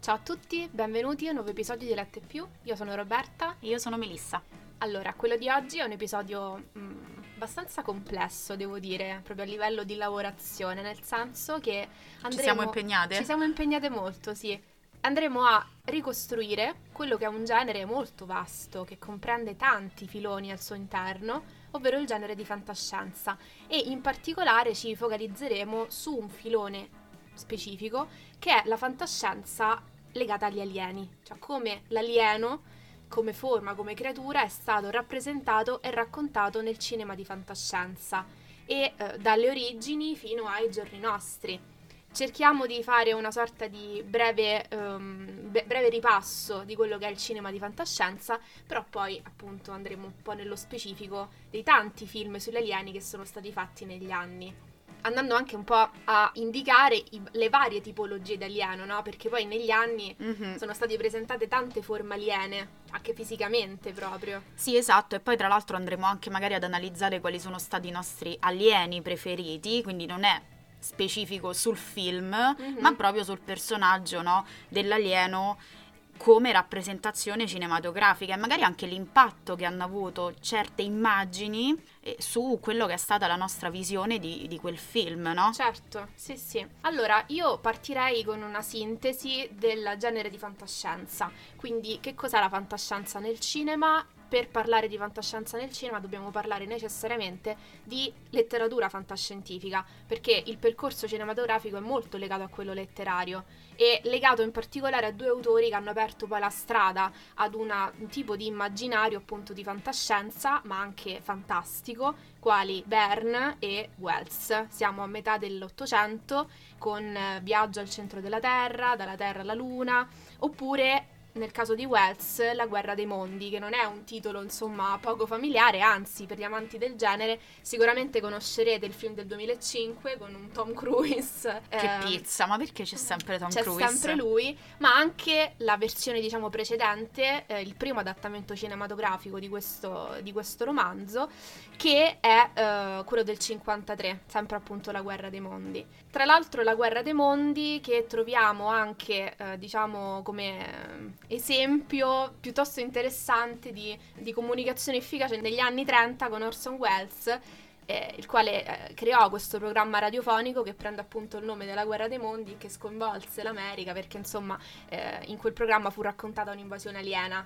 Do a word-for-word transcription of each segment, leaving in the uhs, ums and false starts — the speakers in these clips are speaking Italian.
Ciao a tutti, benvenuti a un nuovo episodio di Lette Più. Io sono Roberta. E io sono Melissa. Allora, quello di oggi è un episodio mh, abbastanza complesso, devo dire, proprio a livello di lavorazione, nel senso che andremo... Ci siamo impegnate? Ci siamo impegnate molto, sì. Andremo a ricostruire quello che è un genere molto vasto, che comprende tanti filoni al suo interno, ovvero il genere di fantascienza. E in particolare ci focalizzeremo su un filone specifico, che è la fantascienza legata agli alieni, cioè come l'alieno, come forma, come creatura, è stato rappresentato e raccontato nel cinema di fantascienza e eh, dalle origini fino ai giorni nostri. Cerchiamo di fare una sorta di breve, um, breve ripasso di quello che è il cinema di fantascienza, però poi appunto andremo un po' nello specifico dei tanti film sugli alieni che sono stati fatti negli anni, andando anche un po' a indicare i, le varie tipologie di alieno, no? Perché poi negli anni mm-hmm. sono state presentate tante forme aliene, anche fisicamente proprio. Sì, esatto, e poi tra l'altro andremo anche magari ad analizzare quali sono stati i nostri alieni preferiti, quindi non è specifico sul film, mm-hmm. ma proprio sul personaggio, no, dell'alieno come rappresentazione cinematografica e magari anche l'impatto che hanno avuto certe immagini eh, su quello che è stata la nostra visione di, di quel film, no? Certo, sì sì. Allora, io partirei con una sintesi del genere di fantascienza. Quindi, che cos'è la fantascienza nel cinema? Per parlare di fantascienza nel cinema dobbiamo parlare necessariamente di letteratura fantascientifica, perché il percorso cinematografico è molto legato a quello letterario e legato in particolare a due autori che hanno aperto poi la strada ad una, un tipo di immaginario appunto di fantascienza, ma anche fantastico, quali Verne e Wells. Siamo a metà dell'Ottocento con Viaggio al centro della Terra, Dalla Terra alla Luna, oppure nel caso di Wells, La guerra dei mondi, che non è un titolo insomma poco familiare, anzi per gli amanti del genere sicuramente conoscerete il film del duemilacinque con un Tom Cruise. Che eh, pizza, ma perché c'è sempre Tom c'è Cruise? C'è sempre lui, ma anche la versione diciamo precedente, eh, il primo adattamento cinematografico di questo, di questo romanzo, che è eh, quello del cinquantatré, sempre appunto La guerra dei mondi. Tra l'altro La guerra dei mondi che troviamo anche eh, diciamo come esempio piuttosto interessante di, di comunicazione efficace negli anni trenta con Orson Welles, eh, il quale eh, creò questo programma radiofonico che prende appunto il nome della guerra dei mondi, che sconvolse l'America perché insomma eh, in quel programma fu raccontata un'invasione aliena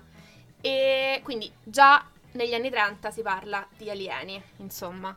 e quindi già negli anni trenta si parla di alieni, insomma.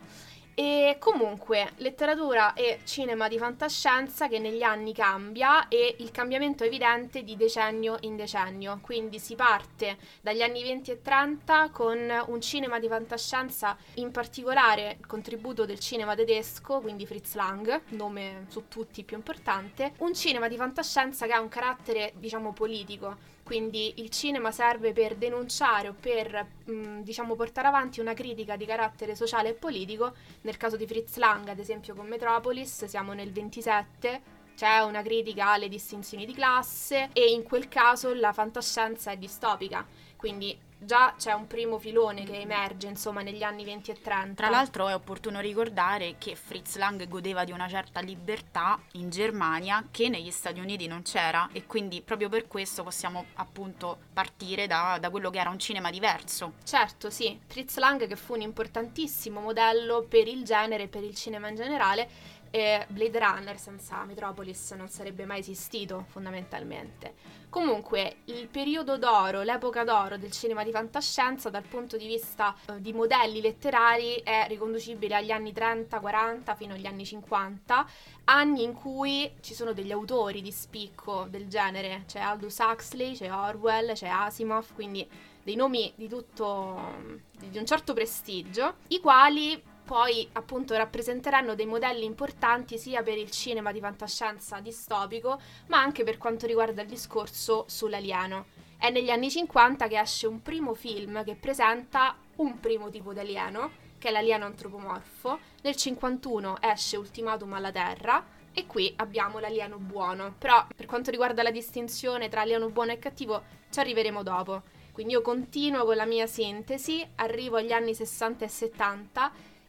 E comunque letteratura e cinema di fantascienza che negli anni cambia e il cambiamento è evidente di decennio in decennio, quindi si parte dagli anni venti e trenta con un cinema di fantascienza, in particolare il contributo del cinema tedesco, quindi Fritz Lang, nome su tutti più importante, un cinema di fantascienza che ha un carattere diciamo politico. Quindi il cinema serve per denunciare o per, mh, diciamo, portare avanti una critica di carattere sociale e politico. Nel caso di Fritz Lang, ad esempio con Metropolis, siamo nel ventisette, c'è una critica alle distinzioni di classe e in quel caso la fantascienza è distopica. Quindi già c'è un primo filone che emerge insomma negli anni venti e trenta. Tra l'altro è opportuno ricordare che Fritz Lang godeva di una certa libertà in Germania che negli Stati Uniti non c'era e quindi proprio per questo possiamo appunto partire da, da quello che era un cinema diverso. Certo, sì, Fritz Lang che fu un importantissimo modello per il genere e per il cinema in generale. E Blade Runner senza Metropolis non sarebbe mai esistito fondamentalmente. Comunque il periodo d'oro, l'epoca d'oro del cinema di fantascienza dal punto di vista eh, di modelli letterari è riconducibile agli anni trenta quaranta fino agli anni cinquanta, anni in cui ci sono degli autori di spicco del genere, c'è Aldous Huxley, c'è Orwell, c'è Asimov, quindi dei nomi di tutto di un certo prestigio, i quali poi appunto rappresenteranno dei modelli importanti sia per il cinema di fantascienza distopico, ma anche per quanto riguarda il discorso sull'alieno. È negli anni cinquanta che esce un primo film che presenta un primo tipo di alieno, che è l'alieno antropomorfo. Nel cinquantuno esce Ultimatum alla Terra e qui abbiamo l'alieno buono. Però per quanto riguarda la distinzione tra alieno buono e cattivo ci arriveremo dopo. Quindi io continuo con la mia sintesi, arrivo agli anni sessanta e settanta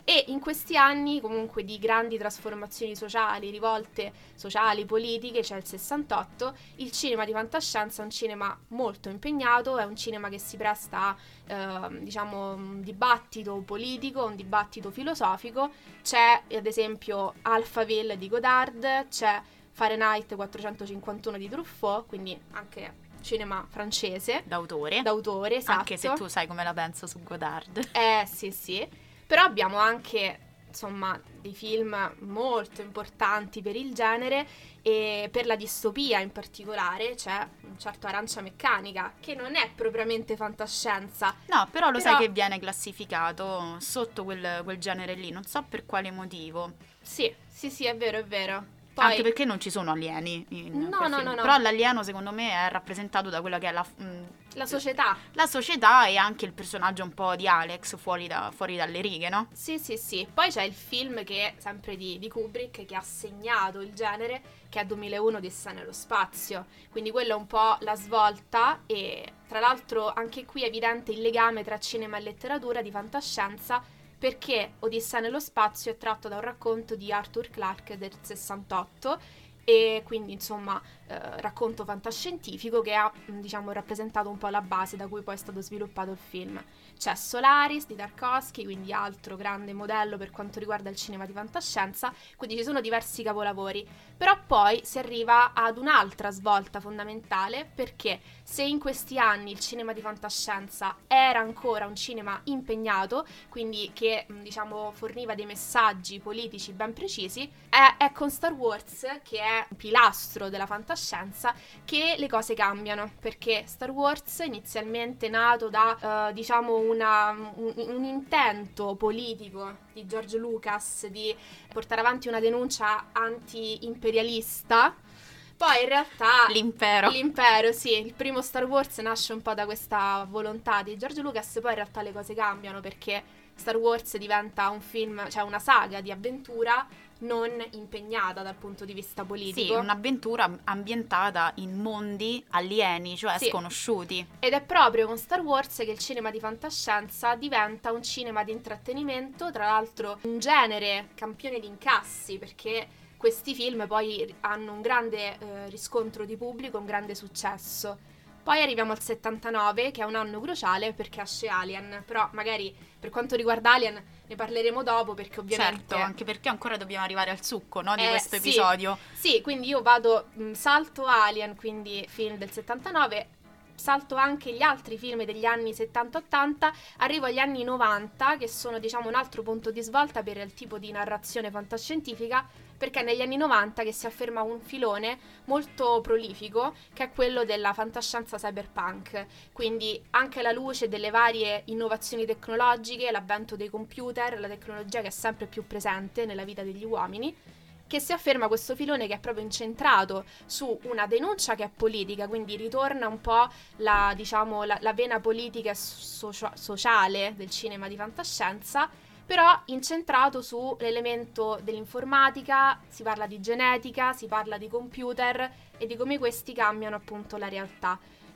E in questi anni comunque di grandi trasformazioni sociali, rivolte sociali, politiche, c'è il sessantotto, il cinema di fantascienza è un cinema molto impegnato, è un cinema che si presta a eh, diciamo un dibattito politico, un dibattito filosofico. C'è ad esempio Alphaville di Godard, c'è Fahrenheit quattrocentocinquantuno di Truffaut, quindi anche cinema francese d'autore, d'autore, esatto. Anche se tu sai come la penso su Godard. Eh sì sì, però abbiamo anche insomma dei film molto importanti per il genere, e per la distopia in particolare c'è un certo Arancia Meccanica, che non è propriamente fantascienza. No, però lo però... sai che viene classificato sotto quel, quel genere lì, non so per quale motivo. Sì, sì sì, è vero, è vero. Poi... Anche perché non ci sono alieni in no, quel no, film. no, no. Però l'alieno secondo me è rappresentato da quella che è la... Mh, la società. La società e anche il personaggio un po' di Alex fuori, da, fuori dalle righe, no? Sì, sì, sì. Poi c'è il film che, sempre di, di Kubrick, che ha segnato il genere, che è duemilauno Odissea nello spazio. Quindi quello è un po' la svolta, e tra l'altro anche qui è evidente il legame tra cinema e letteratura di fantascienza, perché Odissea nello spazio è tratto da un racconto di Arthur Clarke del sessantotto, e quindi insomma eh, racconto fantascientifico che ha diciamo rappresentato un po' la base da cui poi è stato sviluppato il film. C'è Solaris di Tarkovsky, quindi altro grande modello per quanto riguarda il cinema di fantascienza, quindi ci sono diversi capolavori. Però poi si arriva ad un'altra svolta fondamentale, perché se in questi anni il cinema di fantascienza era ancora un cinema impegnato, quindi che diciamo forniva dei messaggi politici ben precisi, è, è con Star Wars, che è un pilastro della fantascienza, che le cose cambiano, perché Star Wars, inizialmente nato da uh, diciamo una, un, un intento politico di George Lucas di portare avanti una denuncia anti-imperialista, poi in realtà l'impero l'impero sì, il primo Star Wars nasce un po' da questa volontà di George Lucas, poi in realtà le cose cambiano, perché Star Wars diventa un film, cioè una saga di avventura non impegnata dal punto di vista politico. Sì, un'avventura ambientata in mondi alieni, cioè sì. sconosciuti. Ed è proprio con Star Wars che il cinema di fantascienza diventa un cinema di intrattenimento, tra l'altro un genere campione di incassi, perché questi film poi hanno un grande eh, riscontro di pubblico, un grande successo. Poi arriviamo al settantanove, che è un anno cruciale perché esce Alien, però magari per quanto riguarda Alien ne parleremo dopo, perché ovviamente... Certo, anche perché ancora dobbiamo arrivare al succo, no, di eh, questo sì, episodio. Sì, quindi io vado, mh, salto Alien, quindi film del settantanove, salto anche gli altri film degli anni settanta ottanta, arrivo agli anni novanta, che sono diciamo un altro punto di svolta per il tipo di narrazione fantascientifica, perché è negli anni novanta che si afferma un filone molto prolifico, che è quello della fantascienza cyberpunk. Quindi anche alla luce delle varie innovazioni tecnologiche, l'avvento dei computer, la tecnologia che è sempre più presente nella vita degli uomini, che si afferma questo filone che è proprio incentrato su una denuncia che è politica, quindi ritorna un po' la, diciamo, la, la vena politica e socia- sociale del cinema di fantascienza, però incentrato sull'elemento dell'informatica, si parla di genetica, si parla di computer e di come questi cambiano appunto la realtà.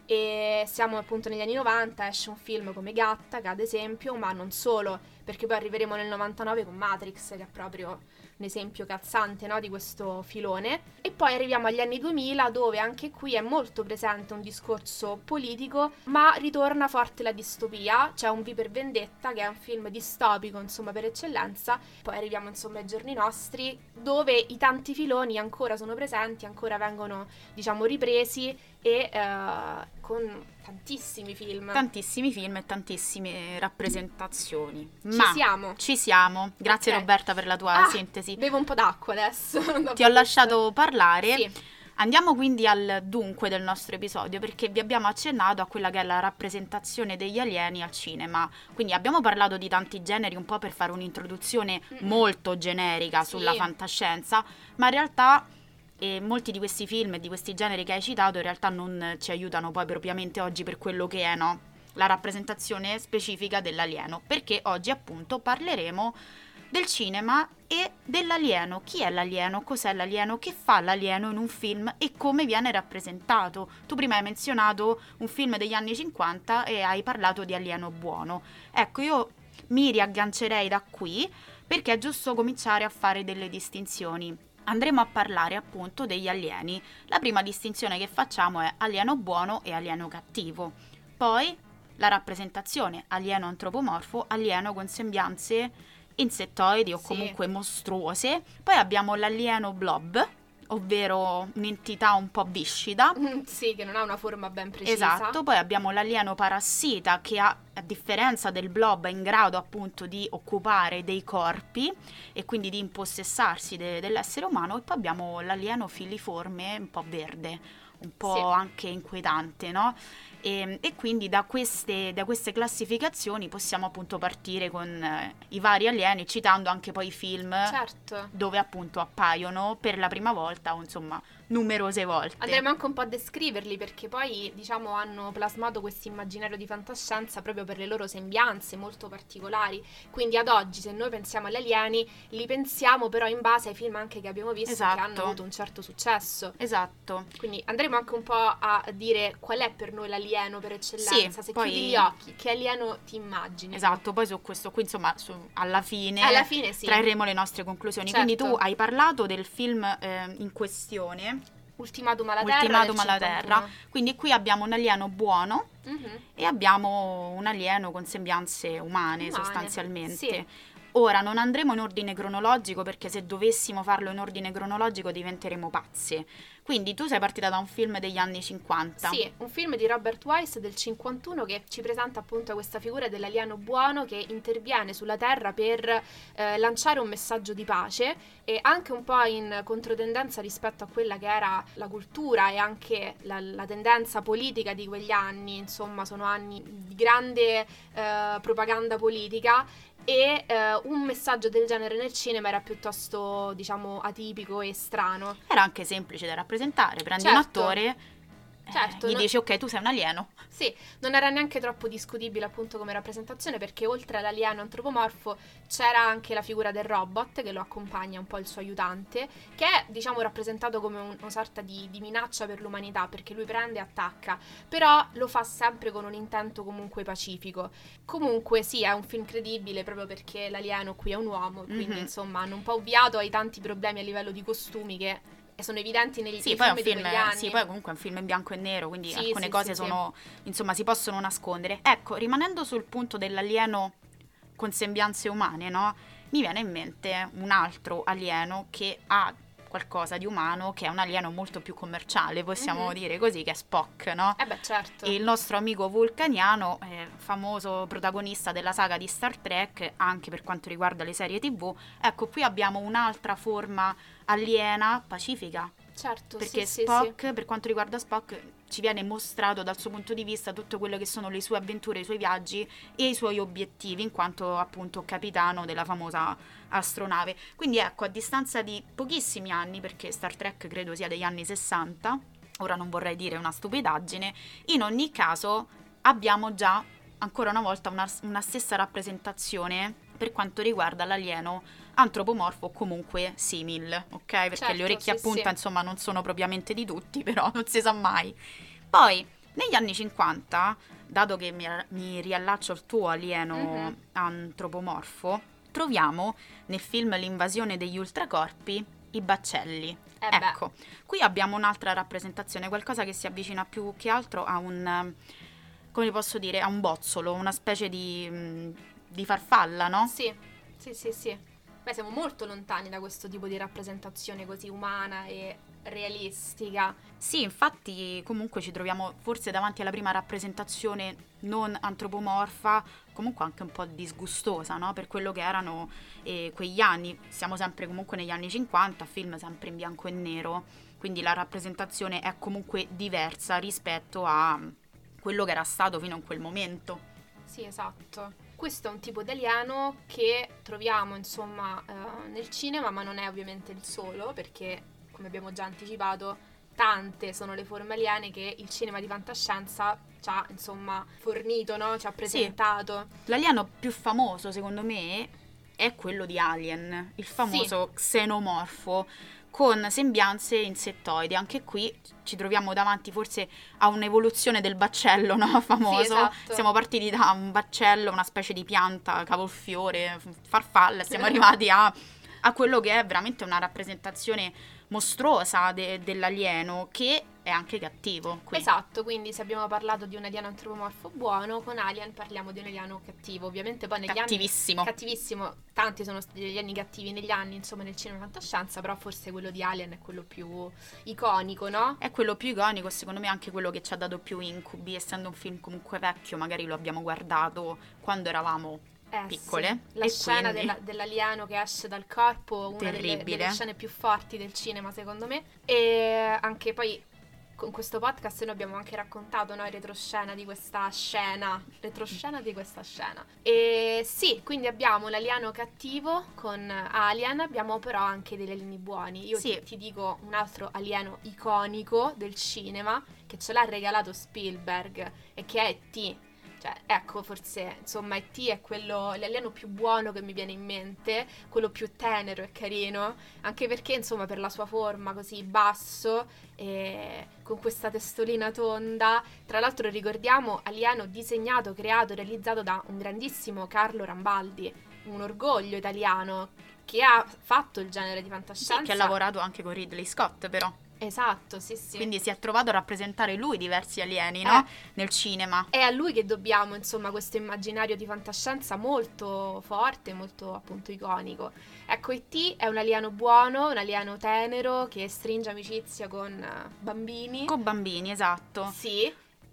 E siamo appunto negli anni novanta, esce un film come Gattaca ad esempio, ma non solo, perché poi arriveremo nel novantanove con Matrix, che è proprio un esempio calzante, no, di questo filone. E poi arriviamo agli anni duemila, dove anche qui è molto presente un discorso politico, ma ritorna forte la distopia. C'è un V per Vendetta, che è un film distopico insomma per eccellenza. Poi arriviamo insomma ai giorni nostri, dove i tanti filoni ancora sono presenti, ancora vengono diciamo ripresi, e uh, con tantissimi film. Tantissimi film e tantissime rappresentazioni. Ci Ma siamo. Ci siamo. Grazie okay. Roberta per la tua ah, sintesi. Bevo un po' d'acqua adesso. Ti ho lasciato parlare. Sì. Andiamo quindi al dunque del nostro episodio, perché vi abbiamo accennato a quella che è la rappresentazione degli alieni al cinema. Quindi abbiamo parlato di tanti generi un po' per fare un'introduzione mm-hmm. molto generica sì. sulla fantascienza, ma in realtà e molti di questi film e di questi generi che hai citato in realtà non ci aiutano poi propriamente oggi per quello che è, no? La rappresentazione specifica dell'alieno, perché oggi appunto parleremo del cinema e dell'alieno. Chi è l'alieno? Cos'è l'alieno? Che fa l'alieno in un film e come viene rappresentato? Tu prima hai menzionato un film degli anni cinquanta e hai parlato di Alieno Buono. Ecco, io mi riaggancerei da qui perché è giusto cominciare a fare delle distinzioni. Andremo a parlare appunto degli alieni. La prima distinzione che facciamo è alieno buono e alieno cattivo. Poi la rappresentazione alieno antropomorfo, alieno con sembianze insettoidi o Sì. comunque mostruose. Poi abbiamo l'alieno blob, ovvero un'entità un po' viscida. Sì, che non ha una forma ben precisa. Esatto, poi abbiamo l'alieno parassita che ha, a differenza del blob, è in grado appunto di occupare dei corpi e quindi di impossessarsi de- dell'essere umano, e poi abbiamo l'alieno filiforme un po' verde, un po' Sì. anche inquietante, no? E, e quindi da queste, da queste classificazioni possiamo appunto partire con eh, i vari alieni, citando anche poi i film Certo. dove appunto appaiono per la prima volta o insomma numerose volte. Andremo anche un po' a descriverli, perché poi diciamo hanno plasmato questo immaginario di fantascienza proprio per le loro sembianze molto particolari. Quindi ad oggi, se noi pensiamo agli alieni, li pensiamo però in base ai film anche che abbiamo visto, Esatto. che hanno avuto un certo successo. Esatto. Quindi andremo anche un po' a dire qual è per noi l'alieno per eccellenza. Sì, Se poi- chiudi gli occhi, che alieno ti immagini? Esatto, poi su questo qui insomma su- alla fine Alla fine sì. trarremo le nostre conclusioni. Certo. Quindi tu hai parlato del film eh, in questione, Ultimatum alla Terra. Ultimatum del alla Terra, cinquantuno. quindi qui abbiamo un alieno buono Mhm. e abbiamo un alieno con sembianze umane, Umane, sostanzialmente. sì. Ora non andremo in ordine cronologico, perché se dovessimo farlo in ordine cronologico diventeremo pazze. Quindi tu sei partita da un film degli anni cinquanta. Sì, un film di Robert Wise del cinquantuno che ci presenta appunto questa figura dell'alieno buono che interviene sulla Terra per eh, lanciare un messaggio di pace, e anche un po' in controtendenza rispetto a quella che era la cultura e anche la, la tendenza politica di quegli anni. Insomma, sono anni di grande eh, propaganda politica, e eh, un messaggio del genere nel cinema era piuttosto, diciamo, atipico e strano. Era anche semplice da rappresentare, prendi un Certo. attore, eh, Certo, gli no- dici ok, tu sei un alieno. Sì, non era neanche troppo discutibile appunto come rappresentazione, perché oltre all'alieno antropomorfo c'era anche la figura del robot che lo accompagna, un po' il suo aiutante, che è diciamo rappresentato come un- una sorta di, di minaccia per l'umanità, perché lui prende e attacca, però lo fa sempre con un intento comunque pacifico. Comunque sì, è un film credibile proprio perché l'alieno qui è un uomo, quindi Mhm. insomma hanno un po' ovviato ai tanti problemi a livello di costumi che sono evidenti negli Sì, nei poi è film un di film, quegli anni. sì, poi comunque è un film in bianco e nero, quindi Sì, alcune sì, cose sì, sono, insomma, si possono nascondere. Ecco, rimanendo sul punto dell'alieno con sembianze umane, no? Mi viene in mente un altro alieno che ha qualcosa di umano, che è un alieno molto più commerciale, possiamo Mhm. dire così, che è Spock, no? Eh beh, certo. E il nostro amico vulcaniano, eh, famoso protagonista della saga di Star Trek, anche per quanto riguarda le serie tivù. Ecco, qui abbiamo un'altra forma aliena pacifica, Certo, perché sì, Spock, sì, sì. per quanto riguarda Spock, ci viene mostrato dal suo punto di vista tutto quello che sono le sue avventure, i suoi viaggi e i suoi obiettivi, in quanto appunto capitano della famosa astronave. Quindi ecco, a distanza di pochissimi anni, perché Star Trek credo sia degli anni sessanta, ora non vorrei dire una stupidaggine, in ogni caso abbiamo già ancora una volta una, una stessa rappresentazione per quanto riguarda l'alieno antropomorfo o comunque simil, ok? Perché Certo, le orecchie a sì, punta sì. insomma non sono propriamente di tutti, però non si sa mai. Poi negli anni cinquanta, dato che mi, mi riallaccio al tuo alieno Mhm. antropomorfo, troviamo nel film L'invasione degli ultracorpi i baccelli. Eh beh. Ecco, qui abbiamo un'altra rappresentazione, qualcosa che si avvicina più che altro a un, eh, come posso dire, a un bozzolo, una specie di, mh, di farfalla, no? Sì, sì, sì, sì. Beh, siamo molto lontani da questo tipo di rappresentazione così umana e realistica. Sì, infatti comunque ci troviamo forse davanti alla prima rappresentazione non antropomorfa, comunque anche un po' disgustosa, no? Per quello che erano eh, quegli anni. Siamo sempre comunque negli anni cinquanta, film sempre in bianco e nero, quindi la rappresentazione è comunque diversa rispetto a quello che era stato fino a quel momento. Sì, esatto. Questo è un tipo di alieno che troviamo, insomma, eh, nel cinema, ma non è ovviamente il solo, perché, come abbiamo già anticipato, tante sono le forme aliene che il cinema di fantascienza ci ha, insomma, fornito, no? Ci ha presentato. L'alieno più famoso, secondo me, è quello di Alien, il famoso xenomorfo. con sembianze insettoidi. Anche qui ci troviamo davanti forse a un'evoluzione del baccello, no? Famoso. Sì, esatto. Siamo partiti da un baccello, una specie di pianta, cavolfiore, farfalla, e siamo arrivati a, a quello che è veramente una rappresentazione mostruosa de- dell'alieno, che è anche cattivo. Qui. Esatto, quindi se abbiamo parlato di un alieno antropomorfo buono, con Alien parliamo di un alieno cattivo. Ovviamente poi negli Cattivissimo. anni... Cattivissimo. Tanti sono stati degli alieni cattivi negli anni, insomma, nel cinema fantascienza, però forse quello di Alien è quello più iconico, no? È quello più iconico, secondo me anche quello che ci ha dato più incubi, essendo un film comunque vecchio, magari lo abbiamo guardato quando eravamo Eh, piccole. sì. La e scena quindi... della, dell'alieno che esce dal corpo, una delle, Terribile. delle scene più forti del cinema, secondo me. E anche poi con questo podcast noi abbiamo anche raccontato, no, il retroscena di questa scena, retroscena di questa scena. E sì, quindi abbiamo l'alieno cattivo con Alien, abbiamo però anche degli alieni buoni. Io Sì. ti, ti dico un altro alieno iconico del cinema che ce l'ha regalato Spielberg e che è E T. Cioè, ecco, forse, insomma, E T è quello, l'alieno più buono che mi viene in mente, quello più tenero e carino, anche perché, insomma, per la sua forma così basso, e con questa testolina tonda, tra l'altro ricordiamo, alieno disegnato, creato, realizzato da un grandissimo Carlo Rambaldi, un orgoglio italiano, che ha fatto il genere di fantascienza. Sì, che ha lavorato anche con Ridley Scott, però. Esatto, sì, sì. Quindi si è trovato a rappresentare lui diversi alieni, no? Eh. Nel cinema. È a lui che dobbiamo, insomma, questo immaginario di fantascienza molto forte, molto appunto iconico. Ecco, E T è un alieno buono, un alieno tenero che stringe amicizia con uh, bambini. Con bambini, esatto. Sì.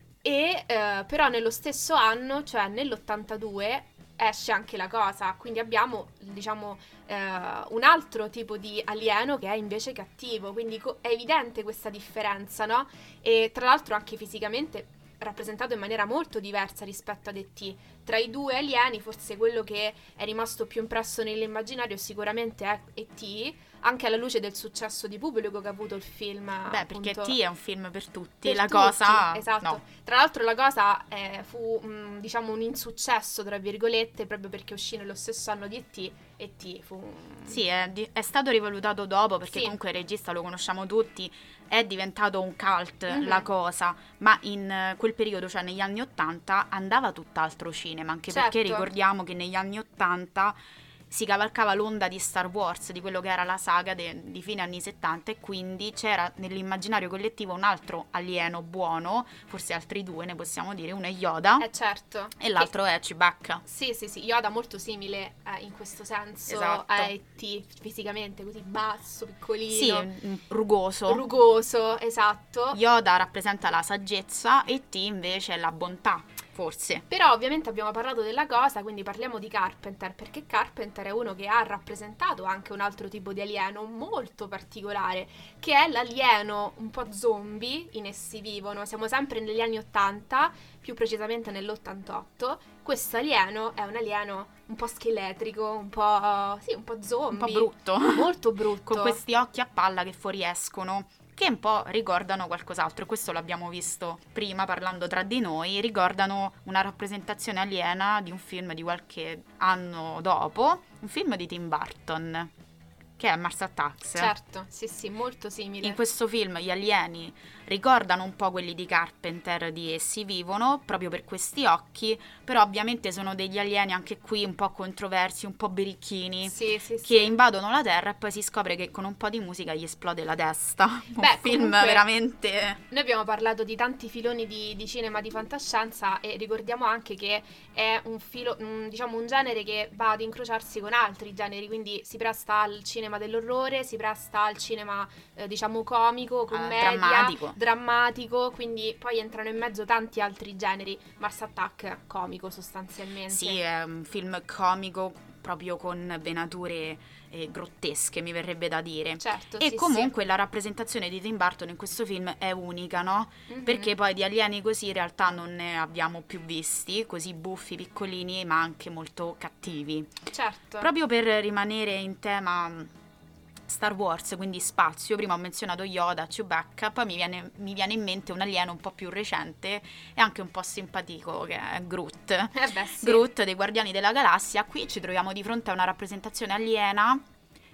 E uh, però nello stesso anno, cioè nell'ottantadue, esce anche La Cosa, quindi abbiamo, diciamo, eh, un altro tipo di alieno che è invece cattivo, quindi co- è evidente questa differenza, no? E tra l'altro anche fisicamente rappresentato in maniera molto diversa rispetto ad E T. Tra i due alieni forse quello che è rimasto più impresso nell'immaginario sicuramente è E T, anche alla luce del successo di pubblico che ha avuto il film. Beh, appunto, perché E T è un film per tutti, per La tutti, Cosa esatto. no. Tra l'altro La Cosa eh, fu mh, diciamo un insuccesso tra virgolette proprio perché uscì nello stesso anno di E T. E T fu un... Sì, è, di- è stato rivalutato dopo perché Sì. comunque il regista lo conosciamo tutti, è diventato un cult Mhm. La Cosa, ma in eh, quel periodo, cioè negli anni ottanta, andava tutt'altro cinema, anche perché Certo. ricordiamo che negli anni ottanta si cavalcava l'onda di Star Wars, di quello che era la saga de- di fine anni settanta, e quindi c'era nell'immaginario collettivo un altro alieno buono, forse altri due ne possiamo dire, uno è Yoda Eh certo. e l'altro è Chewbacca. Sì, sì, sì, Yoda molto simile eh, in questo senso Esatto. a E T, fisicamente così basso, piccolino, Sì, mm, rugoso. rugoso, esatto. Yoda rappresenta la saggezza e T invece è la bontà, forse. Però ovviamente abbiamo parlato della Cosa, quindi parliamo di Carpenter, perché Carpenter è uno che ha rappresentato anche un altro tipo di alieno molto particolare, che è l'alieno un po' zombie, in Essi vivono. Siamo sempre negli anni ottanta, più precisamente nell'ottantotto. Questo alieno è un alieno un po' scheletrico, un po', sì, un po' zombie. Un po' brutto. Molto brutto. Con questi occhi a palla che fuoriescono, che un po' ricordano qualcos'altro. Questo l'abbiamo visto prima parlando tra di noi. Ricordano una rappresentazione aliena di un film di qualche anno dopo, un film di Tim Burton, che è Mars Attacks. Certo, sì, sì, molto simile. In questo film gli alieni ricordano un po' quelli di Carpenter di Essi vivono, proprio per questi occhi, però ovviamente sono degli alieni anche qui un po' controversi, un po' birichini, Sì, sì, che sì. invadono la Terra e poi si scopre che con un po' di musica gli esplode la testa. Un Beh, film comunque- veramente... Noi abbiamo parlato di tanti filoni di, di cinema di fantascienza e ricordiamo anche che è un filo, un, diciamo un genere che va ad incrociarsi con altri generi, quindi si presta al cinema dell'orrore, si presta al cinema eh, diciamo comico, commedia, drammatico. drammatico, quindi poi entrano in mezzo tanti altri generi. Mars Attack comico sostanzialmente. Sì, è un film comico proprio con venature eh, grottesche, mi verrebbe da dire. Certo, E sì, comunque la rappresentazione di Tim Burton in questo film è unica, no? sì. Mhm. Perché poi di alieni così in realtà non ne abbiamo più visti, così buffi, piccolini, ma anche molto cattivi. Certo. Proprio per rimanere in tema mh, Star Wars, quindi spazio, prima ho menzionato Yoda, Chewbacca, poi mi viene, mi viene in mente un alieno un po' più recente e anche un po' simpatico, che è Groot. Eh beh, sì. Groot dei Guardiani della Galassia. Qui ci troviamo di fronte a una rappresentazione aliena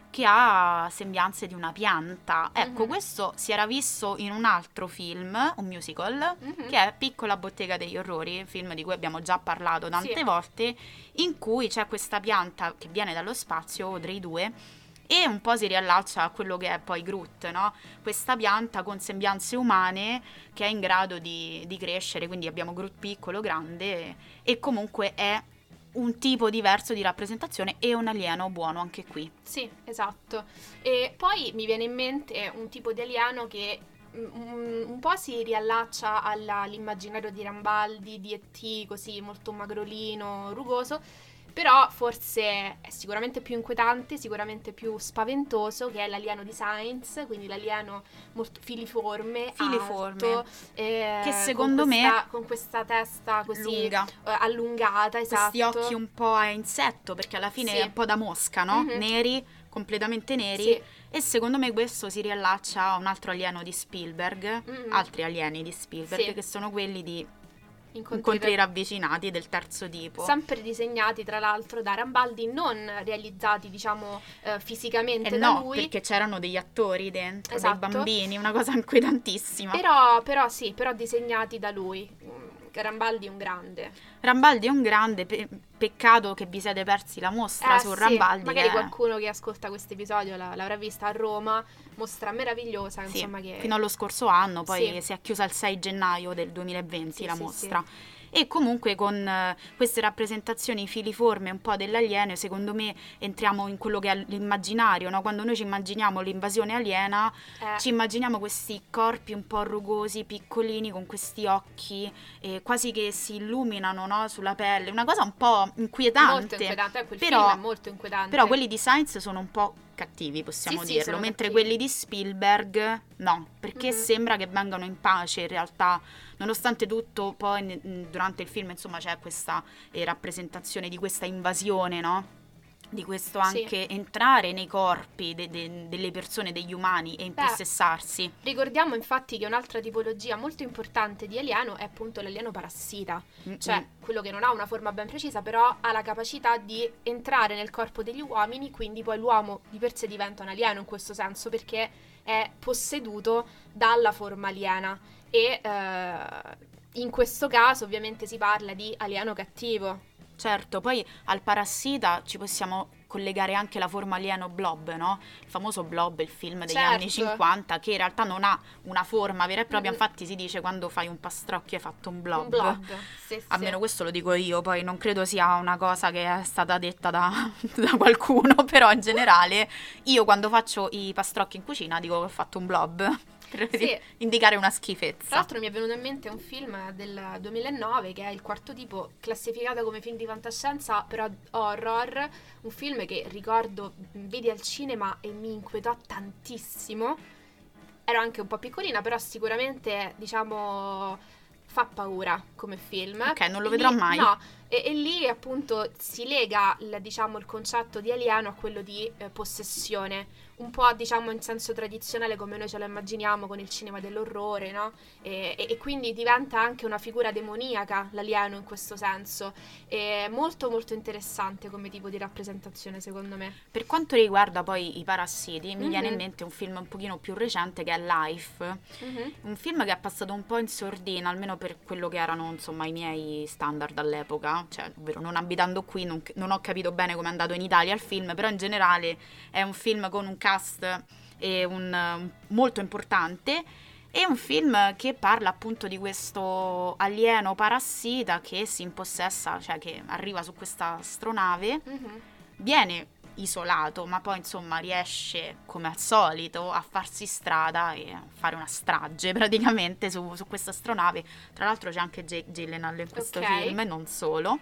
che ha sembianze di una pianta. Ecco, Mhm. questo si era visto in un altro film, un musical, Mhm. che è Piccola bottega degli orrori, film di cui abbiamo già parlato tante Sì. volte, in cui c'è questa pianta che viene dallo spazio, Audrey due, e un po' si riallaccia a quello che è poi Groot, no? Questa pianta con sembianze umane che è in grado di, di crescere, quindi abbiamo Groot piccolo, grande, e comunque è un tipo diverso di rappresentazione e un alieno buono anche qui. Sì, esatto. E poi mi viene in mente un tipo di alieno che mm, un po' si riallaccia alla- all'immaginario di Rambaldi, di E T, così molto magrolino, rugoso, però forse è sicuramente più inquietante, sicuramente più spaventoso, che è l'alieno di Sainz, quindi l'alieno molto filiforme, Filiforme. alto, eh, Che secondo con me- questa, con questa testa così Lunga. eh, allungata, esatto. Questi occhi un po' a insetto, perché alla fine Sì. è un po' da mosca, no? Mhm. Neri, completamente neri. Sì. E secondo me questo si riallaccia a un altro alieno di Spielberg, Mhm. altri alieni di Spielberg, Sì. che sono quelli di Incontri incontri ra- ravvicinati del terzo tipo. sempre disegnati tra l'altro da Rambaldi, non realizzati diciamo eh, fisicamente Eh da no, lui, perché c'erano degli attori dentro, Esatto. dei bambini, una cosa inquietantissima. però, però sì, però disegnati da lui. Mm, Rambaldi è un grande. Rambaldi è un grande, pe- peccato che vi siete persi la mostra Eh, su sì, Rambaldi. magari che- qualcuno che ascolta questo episodio la- l'avrà vista a Roma, mostra meravigliosa, Sì, insomma che... fino allo scorso anno, poi Sì. si è chiusa il sei gennaio del duemilaventi Sì, la sì, mostra. E comunque con eh, queste rappresentazioni filiforme un po' dell'alieno, secondo me entriamo in quello che è l'immaginario, no? Quando noi ci immaginiamo l'invasione aliena, Eh, ci immaginiamo questi corpi un po' rugosi, piccolini, con questi occhi eh, quasi che si illuminano, no? Sulla pelle, una cosa un po' inquietante. molto inquietante, ecco, il Però- film è molto inquietante. Però quelli di Sainz sono un po' cattivi, possiamo Sì, sì, dirlo, sono mentre cattivi. quelli di Spielberg no, perché Mhm. sembra che vengano in pace in realtà, nonostante tutto poi ne- durante il film insomma c'è questa eh, rappresentazione di questa invasione, no? Di questo Sì. anche entrare nei corpi de- de- delle persone, degli umani e impossessarsi. Ricordiamo infatti che un'altra tipologia molto importante di alieno è appunto l'alieno parassita, Mm-mm. cioè quello che non ha una forma ben precisa, però ha la capacità di entrare nel corpo degli uomini, quindi poi l'uomo di per sé diventa un alieno in questo senso, perché è posseduto dalla forma aliena e eh, in questo caso ovviamente si parla di alieno cattivo. Certo, poi al parassita ci possiamo collegare anche la forma alieno Blob, no? Il famoso Blob, il film degli Certo. anni cinquanta, che in realtà non ha una forma vera e propria, Mm-mm. infatti si dice quando fai un pastrocchio hai fatto un blob. Un blob, sì, sì. Almeno questo lo dico io, poi non credo sia una cosa che è stata detta da, da qualcuno, però in generale io quando faccio i pastrocchi in cucina dico che ho fatto un blob, per Sì. indicare una Tra schifezza. l'altro mi è venuto in mente un film del duemilanove che è Il quarto tipo, classificato come film di fantascienza però horror, un film che ricordo vidi al cinema e mi inquietò tantissimo. Ero anche un po' piccolina, però sicuramente diciamo fa paura come film. Ok, non lo E vedrò lì- mai. No, e, e lì appunto si lega il, diciamo, il concetto di alieno a quello di eh, possessione, un po' diciamo in senso tradizionale come noi ce lo immaginiamo con il cinema dell'orrore, no? E, e- e quindi diventa anche una figura demoniaca l'alieno in questo senso. È molto molto interessante come tipo di rappresentazione secondo me. Per quanto riguarda poi i parassiti, mi Mhm. viene in mente un film un pochino più recente che è Life, Mhm. un film che è passato un po' in sordina, almeno per quello che erano insomma i miei standard all'epoca, cioè ovvero non abitando qui non, non ho capito bene come è andato in Italia il film, però in generale è un film con un cast e un, um, molto importante. È un film che parla appunto di questo alieno parassita che si impossessa, cioè che arriva su questa astronave, Mhm. viene isolato, ma poi insomma riesce come al solito a farsi strada e a fare una strage praticamente su, su questa astronave. Tra l'altro c'è anche Jake Gyllenhaal in questo Ok. film e non solo.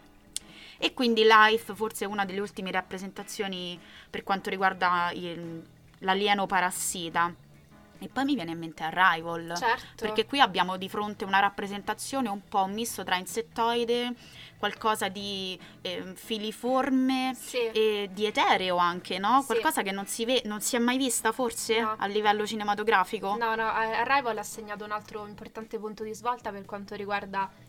E quindi Life forse è una delle ultime rappresentazioni per quanto riguarda il- l'alieno parassita. E poi mi viene in mente Arrival, Certo. perché qui abbiamo di fronte una rappresentazione un po' un misto tra insettoide, qualcosa di eh, filiforme Sì. e di etereo anche, no? Sì. Qualcosa che non si, ve- non si è mai vista forse No. a livello cinematografico. No, no, Arrival ha segnato un altro importante punto di svolta per quanto riguarda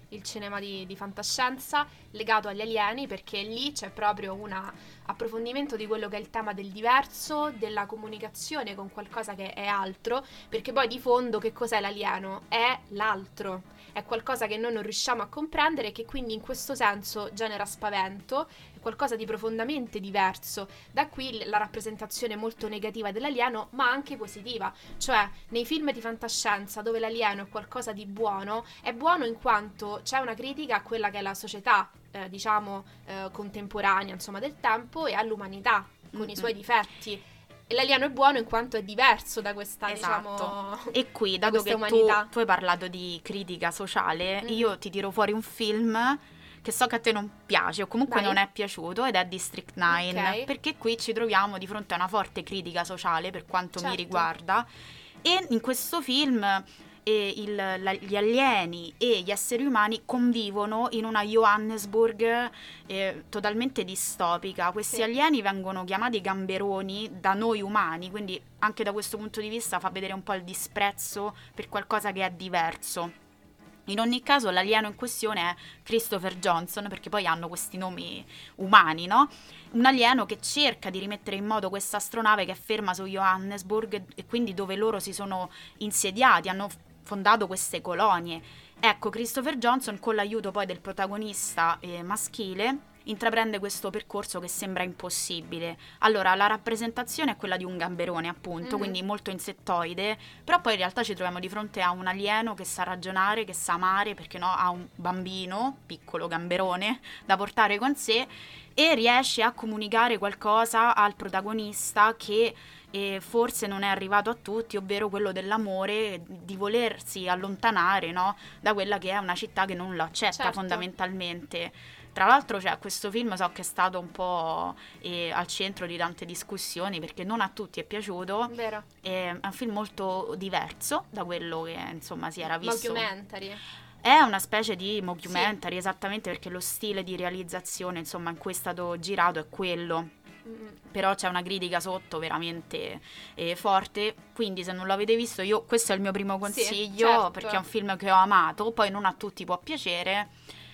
il cinema di, di fantascienza legato agli alieni, perché lì c'è proprio un approfondimento di quello che è il tema del diverso, della comunicazione con qualcosa che è altro, perché poi di fondo che cos'è l'alieno? È l'altro, è qualcosa che noi non riusciamo a comprendere e che quindi in questo senso genera spavento, è qualcosa di profondamente diverso. Da qui la rappresentazione molto negativa dell'alieno, ma anche positiva, cioè nei film di fantascienza dove l'alieno è qualcosa di buono, è buono in quanto c'è una critica a quella che è la società, eh, diciamo, eh, contemporanea, insomma, del tempo, e all'umanità, con mm-hmm. i suoi difetti. E l'alieno è buono in quanto è diverso da questa, esatto. diciamo, e qui, dato che tu, tu hai parlato di critica sociale, mm. io ti tiro fuori un film che so che a te non piace o comunque Dai. non è piaciuto, ed è District nove, okay. perché qui ci troviamo di fronte a una forte critica sociale per quanto certo. mi riguarda, e in questo film e il, la, gli alieni e gli esseri umani convivono in una Johannesburg eh, totalmente distopica. Questi sì. alieni vengono chiamati gamberoni da noi umani, quindi anche da questo punto di vista fa vedere un po' il disprezzo per qualcosa che è diverso. In ogni caso l'alieno in questione è Christopher Johnson, perché poi hanno questi nomi umani, no? Un alieno che cerca di rimettere in moto questa astronave che è ferma su Johannesburg, e quindi dove loro si sono insediati, hanno fondato queste colonie. Ecco, Christopher Johnson, con l'aiuto poi del protagonista eh, maschile, intraprende questo percorso che sembra impossibile. Allora, la rappresentazione è quella di un gamberone, appunto, mm-hmm. quindi molto insettoide, però poi in realtà ci troviamo di fronte a un alieno che sa ragionare, che sa amare, perché no, ha un bambino, piccolo gamberone, da portare con sé, e riesce a comunicare qualcosa al protagonista che e forse non è arrivato a tutti, ovvero quello dell'amore, di volersi allontanare, no, da quella che è una città che non lo accetta certo. fondamentalmente. Tra l'altro, cioè, questo film so che è stato un po' eh, al centro di tante discussioni, perché non a tutti è piaciuto. Vero. È un film molto diverso da quello che insomma si era visto. Mockumentary. È una specie di mockumentary, sì. esattamente, perché lo stile di realizzazione, insomma, in cui è stato girato è quello. Però c'è una critica sotto veramente eh, forte, quindi se non l'avete visto, io questo è il mio primo consiglio, sì, certo. perché è un film che ho amato, poi non a tutti può piacere,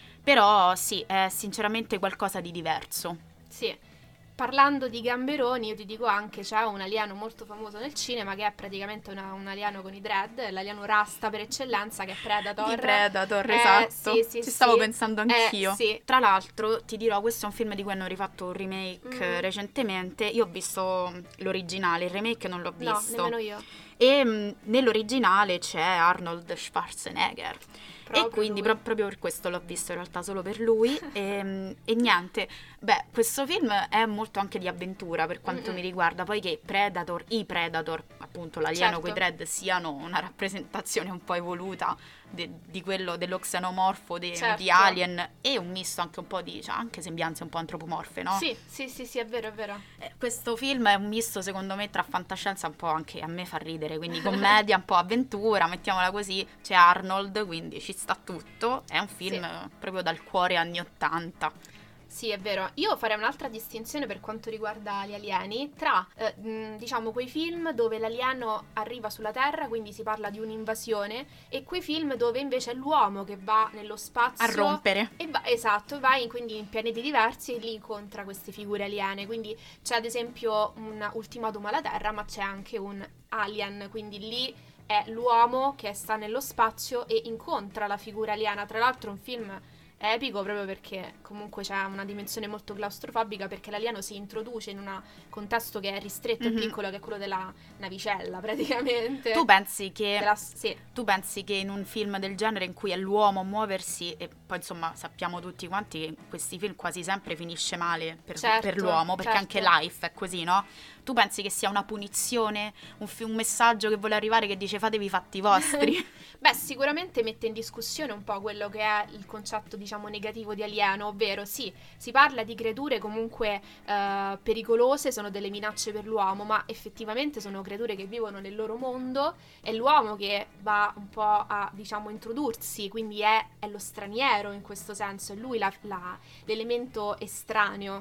però sì, è sinceramente qualcosa di diverso. Sì. Parlando di gamberoni, io ti dico anche c'è un alieno molto famoso nel cinema che è praticamente una, un alieno con i dread, l'alieno rasta per eccellenza, che è Predator. Di Predator, eh, esatto. Sì, sì, Ci stavo sì. pensando anch'io. Eh, sì. Tra l'altro, ti dirò, questo è un film di cui hanno rifatto un remake mm. recentemente. Io ho visto l'originale, il remake non l'ho visto. No, nemmeno io. E mh, nell'originale c'è Arnold Schwarzenegger. Proprio e quindi pro- proprio per questo l'ho visto in realtà, solo per lui. e, e niente, beh, questo film è molto anche di avventura per quanto Mm-mm. mi riguarda, poi che Predator, i Predator, appunto l'alieno certo. coi dread, siano una rappresentazione un po' evoluta de- di quello dello xenomorfo de- certo. di Alien, e un misto anche un po' di, cioè, anche sembianze un po' antropomorfe, no? Sì, sì, sì, sì, è vero, è vero. Eh, questo film è un misto secondo me tra fantascienza, un po' anche a me fa ridere, quindi commedia, un po' avventura, mettiamola così. C'è Arnold, quindi ci sta tutto. È un film sì. proprio dal cuore anni ottanta. Sì, è vero. Io farei un'altra distinzione per quanto riguarda gli alieni tra, eh, mh, diciamo, quei film dove l'alieno arriva sulla Terra, quindi si parla di un'invasione, e quei film dove invece è l'uomo che va nello spazio a rompere. E va, esatto, va in, quindi in pianeti diversi e lì incontra queste figure aliene. Quindi c'è ad esempio un ultimatum alla Terra, ma c'è anche un Alien, quindi lì è l'uomo che sta nello spazio e incontra la figura aliena. Tra l'altro un film epico proprio perché comunque c'è una dimensione molto claustrofobica, perché l'alieno si introduce in un contesto che è ristretto mm-hmm. e piccolo, che è quello della navicella praticamente. Tu pensi che della, sì. tu pensi che in un film del genere in cui è l'uomo a muoversi, e poi insomma sappiamo tutti quanti che questi film quasi sempre finisce male per, certo, per l'uomo, perché certo. anche Life è così, no? Tu pensi che sia una punizione, un, fi- un messaggio che vuole arrivare che dice fatevi i fatti vostri? Beh, sicuramente mette in discussione un po' quello che è il concetto, diciamo, negativo di alieno, ovvero sì, si parla di creature comunque eh, pericolose, sono delle minacce per l'uomo, ma effettivamente sono creature che vivono nel loro mondo, è l'uomo che va un po' a, diciamo, introdursi, quindi è, è lo straniero in questo senso, è lui la, la, l'elemento estraneo.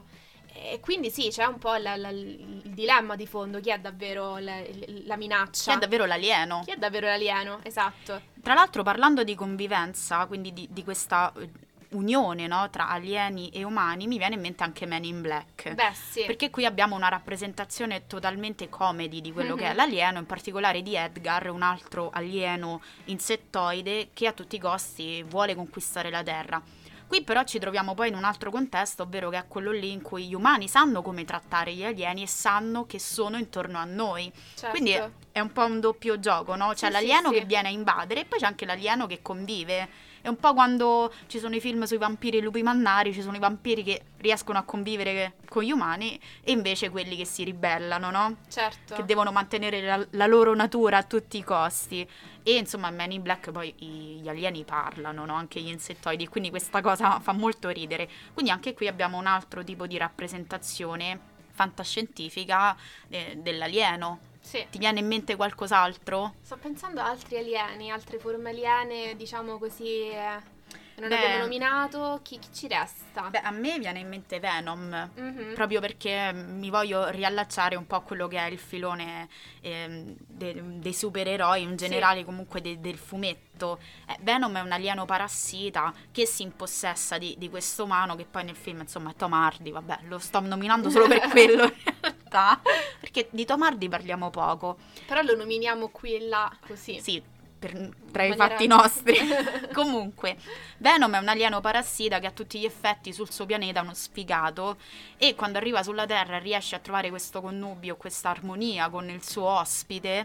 E quindi sì, c'è un po' la, la, il dilemma di fondo, chi è davvero la, la minaccia? Chi è davvero l'alieno? Chi è davvero l'alieno, esatto. Tra l'altro, parlando di convivenza, quindi di, di questa unione, no, tra alieni e umani, mi viene in mente anche Men in Black. Beh, sì. Perché qui abbiamo una rappresentazione totalmente comedy di quello Mm-hmm. che è l'alieno, in particolare di Edgar, un altro alieno insettoide che a tutti i costi vuole conquistare la Terra. Qui però ci troviamo poi in un altro contesto, ovvero che è quello lì in cui gli umani sanno come trattare gli alieni e sanno che sono intorno a noi. Certo. Quindi è, è un po' un doppio gioco, no? C'è Sì, l'alieno sì, che sì. viene a invadere e poi c'è anche l'alieno che convive. È un po' quando ci sono i film sui vampiri e i lupi mannari, ci sono i vampiri che riescono a convivere con gli umani e invece quelli che si ribellano, no? Certo. Che devono mantenere la, la loro natura a tutti i costi. E insomma in Men in Black poi i, gli alieni parlano, no? Anche gli insettoidi, quindi questa cosa fa molto ridere. Quindi anche qui abbiamo un altro tipo di rappresentazione fantascientifica eh, dell'alieno. Sì. Ti viene in mente qualcos'altro? Sto pensando a altri alieni, altre forme aliene, diciamo così, eh, non Beh. abbiamo nominato. Chi, chi ci resta? Beh, a me viene in mente Venom, Mhm. proprio perché mi voglio riallacciare un po' a quello che è il filone ehm, de- dei supereroi, in generale comunque de- del fumetto. Eh, Venom è un alieno parassita che si impossessa di, di questo umano, che poi nel film, insomma, è Tom Hardy, vabbè, lo sto nominando solo per quello in realtà, perché di Tom Hardy parliamo poco. Però lo nominiamo qui e là, così. Sì, per- tra i maniera- fatti nostri. Comunque, Venom è un alieno parassita che a tutti gli effetti sul suo pianeta è uno sfigato e quando arriva sulla Terra riesce a trovare questo connubio, questa armonia con il suo ospite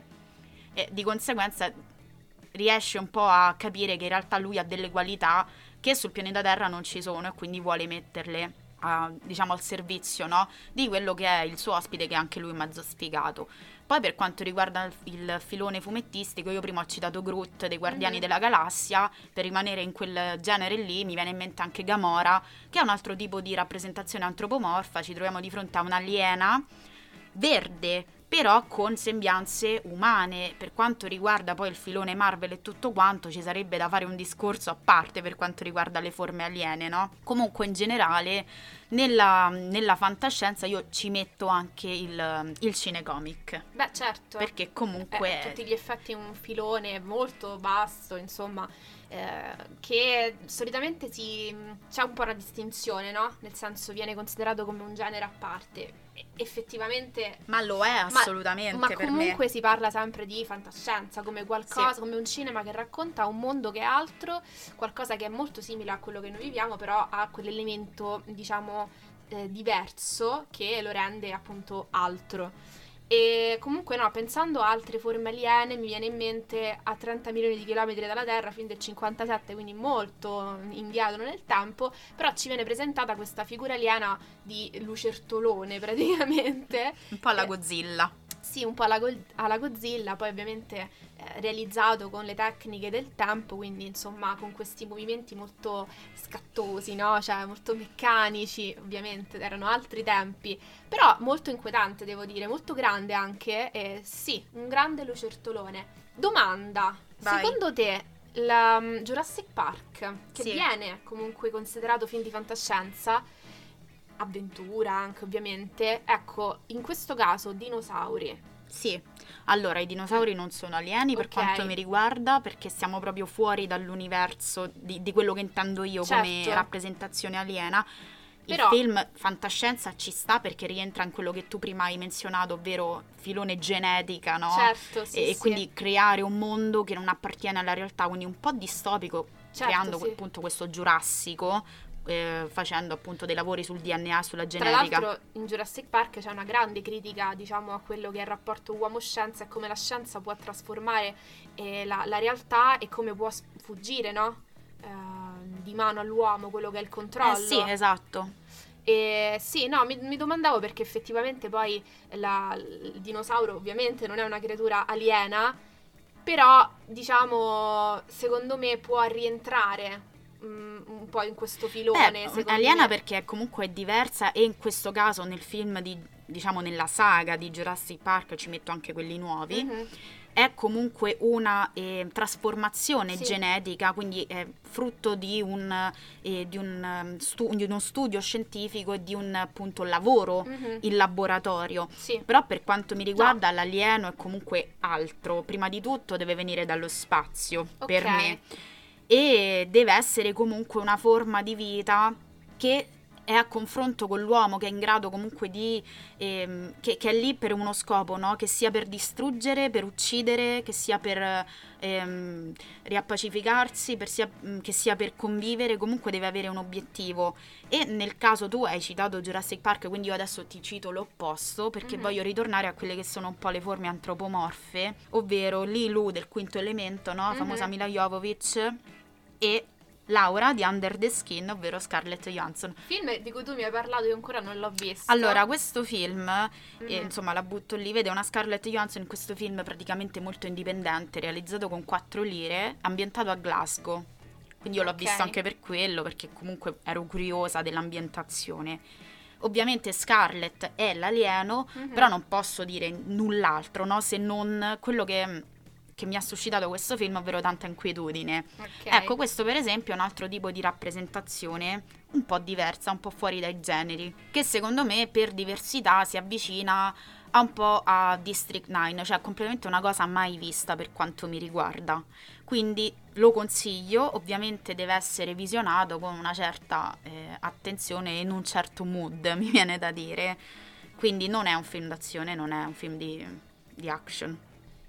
e di conseguenza riesce un po' a capire che in realtà lui ha delle qualità che sul pianeta Terra non ci sono e quindi vuole metterle a, diciamo al servizio, no? Di quello che è il suo ospite, che è anche lui mezzo sfigato. Poi per quanto riguarda il, il filone fumettistico, io prima ho citato Groot dei Guardiani Mhm. della Galassia, per rimanere in quel genere lì mi viene in mente anche Gamora, che è un altro tipo di rappresentazione antropomorfa. Ci troviamo di fronte a un'aliena verde, però con sembianze umane. Per quanto riguarda poi il filone Marvel e tutto quanto, ci sarebbe da fare un discorso a parte per quanto riguarda le forme aliene, no? Comunque in generale nella, nella fantascienza io ci metto anche il, il cinecomic, Beh, certo. perché È comunque a tutti gli effetti un filone molto vasto, insomma, eh, che solitamente si, c'è un po' una distinzione, no? Nel senso viene considerato come un genere a parte. E- effettivamente... ma lo è Ma- assolutamente Ma per me. comunque si parla sempre di fantascienza, come qualcosa, Sì. come un cinema che racconta un mondo che è altro, qualcosa che è molto simile a quello che noi viviamo, però ha quell'elemento, diciamo, eh, diverso che lo rende appunto altro. E comunque no, pensando a altre forme aliene mi viene in mente a trenta milioni di chilometri dalla Terra, fin del cinquantasette, quindi molto indietro nel tempo, però ci viene presentata questa figura aliena di lucertolone praticamente. Un po' alla Eh, Godzilla. Sì, un po' alla, Go- alla Godzilla, poi ovviamente eh, realizzato con le tecniche del tempo, quindi insomma con questi movimenti molto scattosi, no? Cioè molto meccanici, ovviamente erano altri tempi, però molto inquietante devo dire, molto grande anche, eh, sì, un grande lucertolone. Domanda, Vai. secondo te la mm, Jurassic Park, che Sì. viene comunque considerato film di fantascienza, avventura anche ovviamente, ecco, in questo caso dinosauri. Sì, allora i dinosauri non sono alieni per Ok. quanto mi riguarda, perché siamo proprio fuori dall'universo di, di quello che intendo io come Certo. rappresentazione aliena. Il Però- film fantascienza ci sta perché rientra in quello che tu prima hai menzionato, ovvero filone genetica, no? Certo, sì, e, e sì. quindi creare un mondo che non appartiene alla realtà, quindi un po' distopico, Certo, creando sì. appunto questo giurassico, eh, facendo appunto dei lavori sul D N A, sulla Tra genetica. l'altro in Jurassic Park c'è una grande critica, diciamo, a quello che è il rapporto uomo-scienza e come la scienza può trasformare eh, la, la realtà e come può sfuggire, no? Eh, di mano all'uomo quello che è il controllo. Eh sì, esatto. E sì, no, mi, mi domandavo perché effettivamente poi la- il dinosauro ovviamente non è una creatura aliena, però diciamo, secondo me può rientrare mm, un po' in questo filone. Beh, secondo aliena me. perché comunque è diversa e in questo caso nel film di, diciamo nella saga di Jurassic Park ci metto anche quelli nuovi. Mhm. è comunque una eh, trasformazione Sì. genetica, quindi è frutto di un, eh, di, un, stu- di uno studio scientifico e di un appunto lavoro Mhm. in laboratorio. Sì. Però per quanto mi riguarda l'alieno è comunque altro. Prima di tutto deve venire dallo spazio, per Ok. me. E deve essere comunque una forma di vita che è a confronto con l'uomo, che è in grado comunque di ehm, che, che è lì per uno scopo, no? Che sia per distruggere, per uccidere, che sia per ehm, riappacificarsi, per sia, che sia per convivere, comunque deve avere un obiettivo. E nel caso tu hai citato Jurassic Park, quindi io adesso ti cito l'opposto, perché Mhm. voglio ritornare a quelle che sono un po' le forme antropomorfe, ovvero Lilu del Quinto Elemento, no? La famosa Mhm. Mila Jovovich, e Laura di Under the Skin, ovvero Scarlett Johansson. Film di cui tu mi hai parlato, io ancora non l'ho visto. Allora, questo film, Mhm. eh, insomma, la butto lì, vede una Scarlett Johansson in questo film praticamente molto indipendente, realizzato con quattro lire, ambientato a Glasgow. Quindi io l'ho Ok. visto anche per quello, perché comunque ero curiosa dell'ambientazione. Ovviamente Scarlett è l'alieno, Mhm. però non posso dire null'altro, no? Se non quello che, che mi ha suscitato questo film, ovvero tanta inquietudine. Ok. Ecco, questo per esempio è un altro tipo di rappresentazione un po' diversa, un po' fuori dai generi, che secondo me per diversità si avvicina a un po' a District nove, cioè completamente una cosa mai vista per quanto mi riguarda. Quindi lo consiglio, ovviamente deve essere visionato con una certa eh, attenzione e in un certo mood, mi viene da dire. Quindi non è un film d'azione, non è un film di, di action.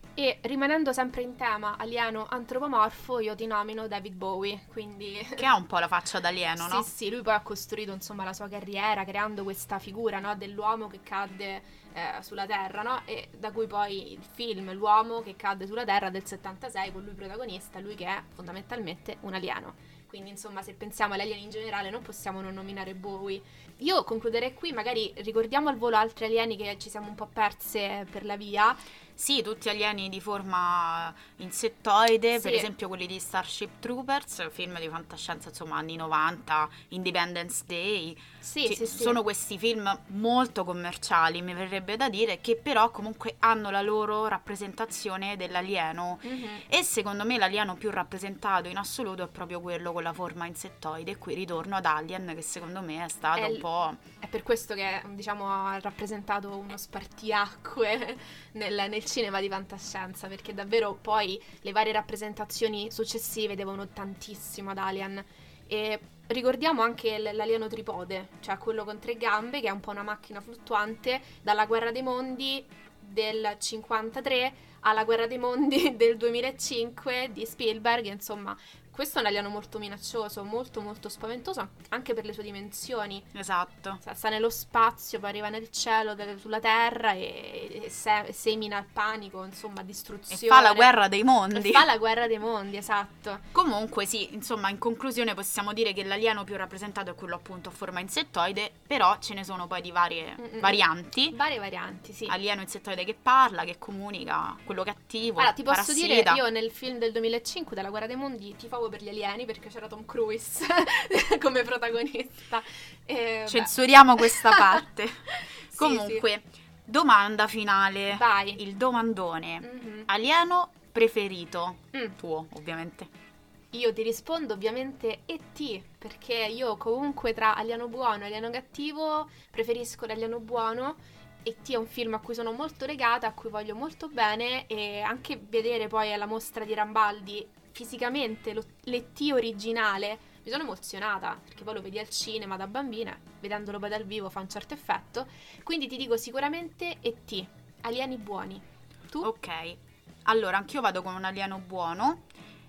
E rimanendo sempre in tema alieno antropomorfo, io ti nomino David Bowie, quindi... Che ha un po' la faccia d'alieno, no? Sì, sì, lui poi ha costruito insomma la sua carriera creando questa figura, no, dell'uomo che cadde eh, sulla Terra, no? E da cui poi il film L'uomo che cadde sulla Terra del settantasei, con lui protagonista, lui che è fondamentalmente un alieno. Quindi insomma, se pensiamo agli alieni in generale non possiamo non nominare Bowie. Io concluderei qui, magari ricordiamo al volo altri alieni che ci siamo un po' perse per la via. Sì, tutti alieni di forma insettoide, Sì. per esempio quelli di Starship Troopers, film di fantascienza, insomma, anni novanta, Independence Day. Sì, Ci- sì, sì. Sono questi film molto commerciali, mi verrebbe da dire, che però comunque hanno la loro rappresentazione dell'alieno. Mhm. E secondo me l'alieno più rappresentato in assoluto è proprio quello con la forma insettoide. E qui ritorno ad Alien, che secondo me è stato È un il- po'... È per questo che, diciamo, ha rappresentato uno spartiacque nel, nel cinema di fantascienza, perché davvero poi le varie rappresentazioni successive devono tantissimo ad Alien. E ricordiamo anche l- l'alieno tripode, cioè quello con tre gambe, che è un po' una macchina fluttuante, dalla Guerra dei Mondi del cinquantatré alla Guerra dei Mondi del duemilacinque di Spielberg, insomma. Questo è un alieno molto minaccioso, molto molto spaventoso, anche per le sue dimensioni. Esatto. Sta sta nello spazio, poi arriva nel cielo, del- sulla terra e, e se- semina il panico, insomma, E distruzione. fa la guerra dei E mondi. fa la guerra dei mondi, esatto. Comunque sì, insomma, in conclusione possiamo dire che l'alieno più rappresentato è quello appunto a forma insettoide, però ce ne sono poi di varie Mm-mm. varianti. Varie varianti, sì. Alieno insettoide che parla, che comunica, quello cattivo, Allora, ti posso dire, parassita. io nel film del duemilacinque della Guerra dei Mondi tifavo per gli alieni perché c'era Tom Cruise come protagonista. E, beh. Censuriamo questa parte. Sì, Comunque, domanda finale. sì. Vai. Il domandone. Mhm. Alieno preferito? Mm. Tuo, ovviamente. Io ti rispondo ovviamente E T, perché io comunque tra alieno buono e alieno cattivo preferisco l'alieno buono. E T è un film a cui sono molto legata, a cui voglio molto bene, e anche vedere poi alla mostra di Rambaldi fisicamente lo- l'E T originale mi sono emozionata, perché poi lo vedi al cinema da bambina, vedendolo poi dal vivo fa un certo effetto. Quindi ti dico sicuramente E T, alieni buoni. Tu? Ok. Allora, anch'io vado con un alieno buono.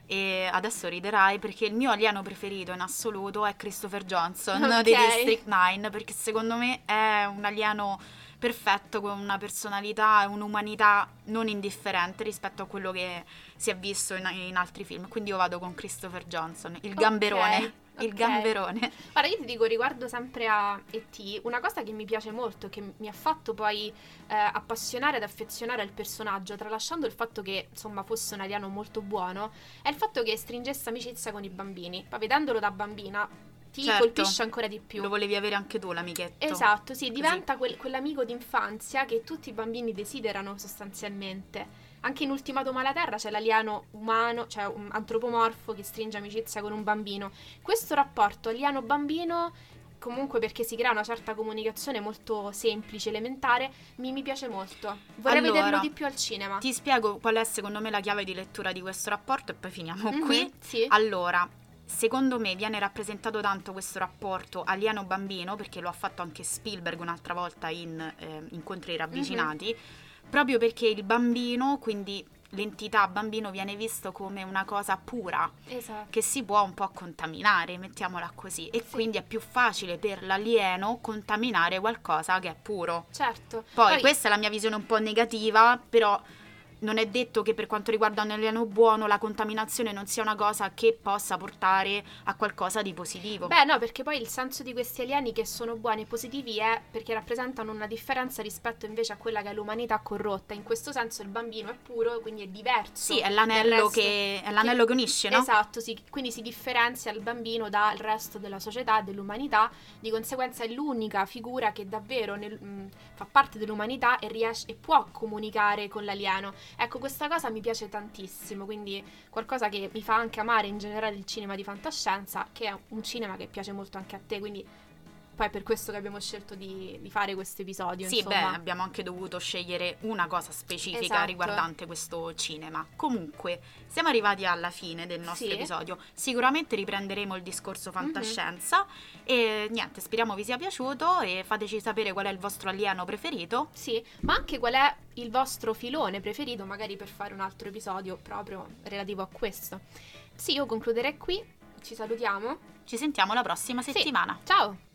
E adesso riderai perché il mio alieno preferito in assoluto è Christopher Johnson Ok. di District nove, perché secondo me è un alieno perfetto, con una personalità e un'umanità non indifferente rispetto a quello che si è visto in, in altri film. Quindi io vado con Christopher Johnson, il Ok, gamberone, il ok. gamberone. Guarda, io ti dico, riguardo sempre a E T, una cosa che mi piace molto, che mi ha fatto poi eh, appassionare ed affezionare al personaggio, tralasciando il fatto che, insomma, fosse un alieno molto buono, è il fatto che stringesse amicizia con i bambini. Poi vedendolo da bambina ti Certo. colpisce ancora di più. Lo volevi avere anche tu, l'amichetto. Esatto, sì, diventa quel- quell'amico d'infanzia che tutti i bambini desiderano sostanzialmente. Anche in Ultimato Malaterra c'è l'alieno umano, cioè un antropomorfo che stringe amicizia con un bambino. Questo rapporto alieno-bambino, comunque perché si crea una certa comunicazione molto semplice, elementare, mi, mi piace molto. Vorrei Allora, vederlo di più al cinema. Ti spiego qual è secondo me la chiave di lettura di questo rapporto e poi finiamo Mm-hmm, qui. sì. Allora, secondo me viene rappresentato tanto questo rapporto alieno-bambino, perché lo ha fatto anche Spielberg un'altra volta in eh, Incontri ravvicinati, mm-hmm. proprio perché il bambino, quindi l'entità bambino, viene visto come una cosa pura, esatto. che si può un po' contaminare, mettiamola così, e sì. quindi è più facile per l'alieno contaminare qualcosa che è puro. Certo. Poi, Poi questa è la mia visione un po' negativa, però non è detto che per quanto riguarda un alieno buono la contaminazione non sia una cosa che possa portare a qualcosa di positivo. Beh, no, perché poi il senso di questi alieni che sono buoni e positivi è perché rappresentano una differenza rispetto invece a quella che è l'umanità corrotta. In questo senso il bambino è puro, quindi è diverso. Sì, è l'anello che è l'anello che unisce, no? Esatto, sì, quindi si differenzia il bambino dal resto della società, dell'umanità, di conseguenza è l'unica figura che davvero nel, mh, fa parte dell'umanità e riesce e può comunicare con l'alieno. Ecco, questa cosa mi piace tantissimo, quindi qualcosa che mi fa anche amare in generale il cinema di fantascienza, che è un cinema che piace molto anche a te, quindi poi è per questo che abbiamo scelto di, di fare questo episodio. Sì, insomma. beh, abbiamo anche dovuto scegliere una cosa specifica esatto. riguardante questo cinema. Comunque, siamo arrivati alla fine del nostro sì. episodio. Sicuramente riprenderemo il discorso fantascienza mm-hmm. e niente, speriamo vi sia piaciuto e fateci sapere qual è il vostro alieno preferito. Sì, ma anche qual è il vostro filone preferito, magari per fare un altro episodio proprio relativo a questo. Sì, io concluderei qui, ci salutiamo. Ci sentiamo la prossima settimana. Sì. Ciao!